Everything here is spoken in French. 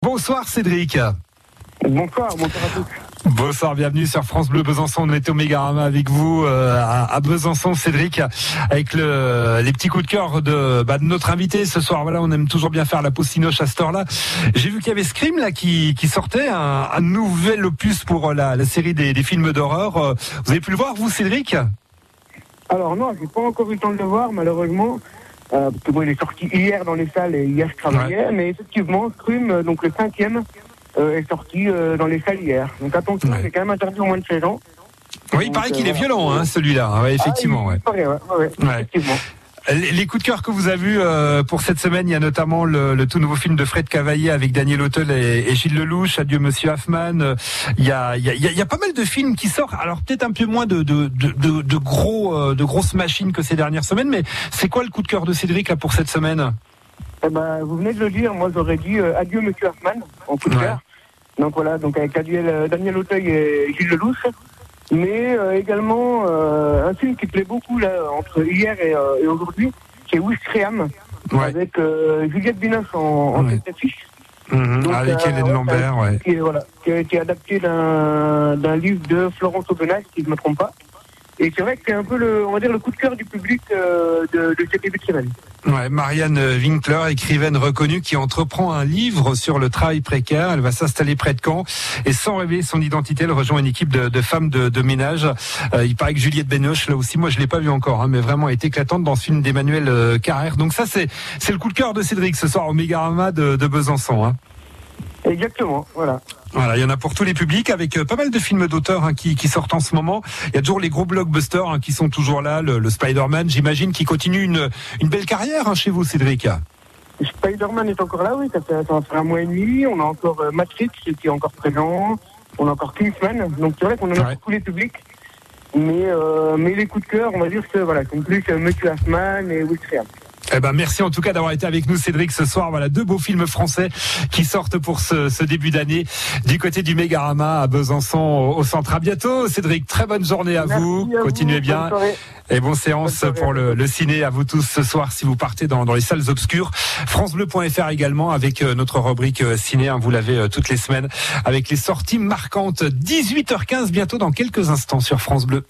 Bonsoir Cédric. Bonsoir à tous. Bonsoir, bienvenue sur France Bleu Besançon. On est au Mégarama avec vous à Besançon, Cédric, avec les petits coups de cœur de notre invité ce soir. Voilà, on aime toujours bien faire la pause cinoche à cette heure-là. J'ai vu qu'il y avait Scream là qui sortait un nouvel opus pour la série des films d'horreur. Vous avez pu le voir, vous, Cédric ? Alors non, j'ai pas encore eu le temps de le voir, malheureusement. Parce que bon, il est sorti hier dans les salles et hier je travaillais. Ouais. Mais effectivement, Scream, donc le 5e, est sorti dans les salles hier. Donc attention, c'est quand même interdit au moins de 16 ans. Oui, donc, il paraît qu'il est violent, celui-là. Ouais, effectivement. Il paraît, effectivement. Les coups de cœur que vous avez vus pour cette semaine, il y a notamment le tout nouveau film de Fred Cavaillé avec Daniel Auteuil et Gilles Lelouch, Adieu Monsieur Hoffman. Il y a pas mal de films qui sortent. Alors peut-être un peu moins de grosses machines que ces dernières semaines, mais c'est quoi le coup de cœur de Cédric là pour cette semaine ? Vous venez de le dire, moi j'aurais dit Adieu Monsieur Hoffman en coup de cœur. Donc voilà, donc avec Daniel Auteuil et Gilles Lelouch. Mais également un film qui plaît beaucoup là entre hier et aujourd'hui, c'est Ouistreham, avec Juliette Binoche en tête d'affiche. Avec Hélène Lambert, qui a été adapté d'un livre de Florence Aubenas, si je ne me trompe pas. Et c'est vrai que c'est un peu le coup de cœur du public de cette début de semaine. Ouais, Marianne Winkler, écrivaine reconnue qui entreprend un livre sur le travail précaire. Elle va s'installer près de Caen et sans révéler son identité, elle rejoint une équipe de femmes de ménage. Il paraît que Juliette Binoche, là aussi, moi je l'ai pas vu encore, mais vraiment est éclatante dans ce film d'Emmanuel Carrère. Donc ça, c'est le coup de cœur de Cédric ce soir au Mégarama de Besançon. Exactement, voilà. Voilà, il y en a pour tous les publics avec pas mal de films d'auteurs qui sortent en ce moment. Il y a toujours les gros blockbusters qui sont toujours là. Le Spider-Man, j'imagine, qui continue une belle carrière chez vous, Cédric. Spider-Man est encore là, oui, ça fait un mois et demi. On a encore Matrix qui est encore présent. On a encore Kingsman. Donc c'est vrai qu'on en a pour tous les publics. Mais les coups de cœur, on va dire que sont plus Monsieur Hoffman et Ouistreham. Merci en tout cas d'avoir été avec nous, Cédric, ce soir. Voilà, 2 beaux films français qui sortent pour ce début d'année du côté du Mégarama à Besançon au centre. À bientôt, Cédric. Très bonne journée à vous. Continuez bien. Et bonne séance pour le ciné à vous tous ce soir si vous partez dans les salles obscures. FranceBleu.fr également avec notre rubrique ciné. Vous l'avez toutes les semaines avec les sorties marquantes. 18h15 bientôt dans quelques instants sur France Bleu.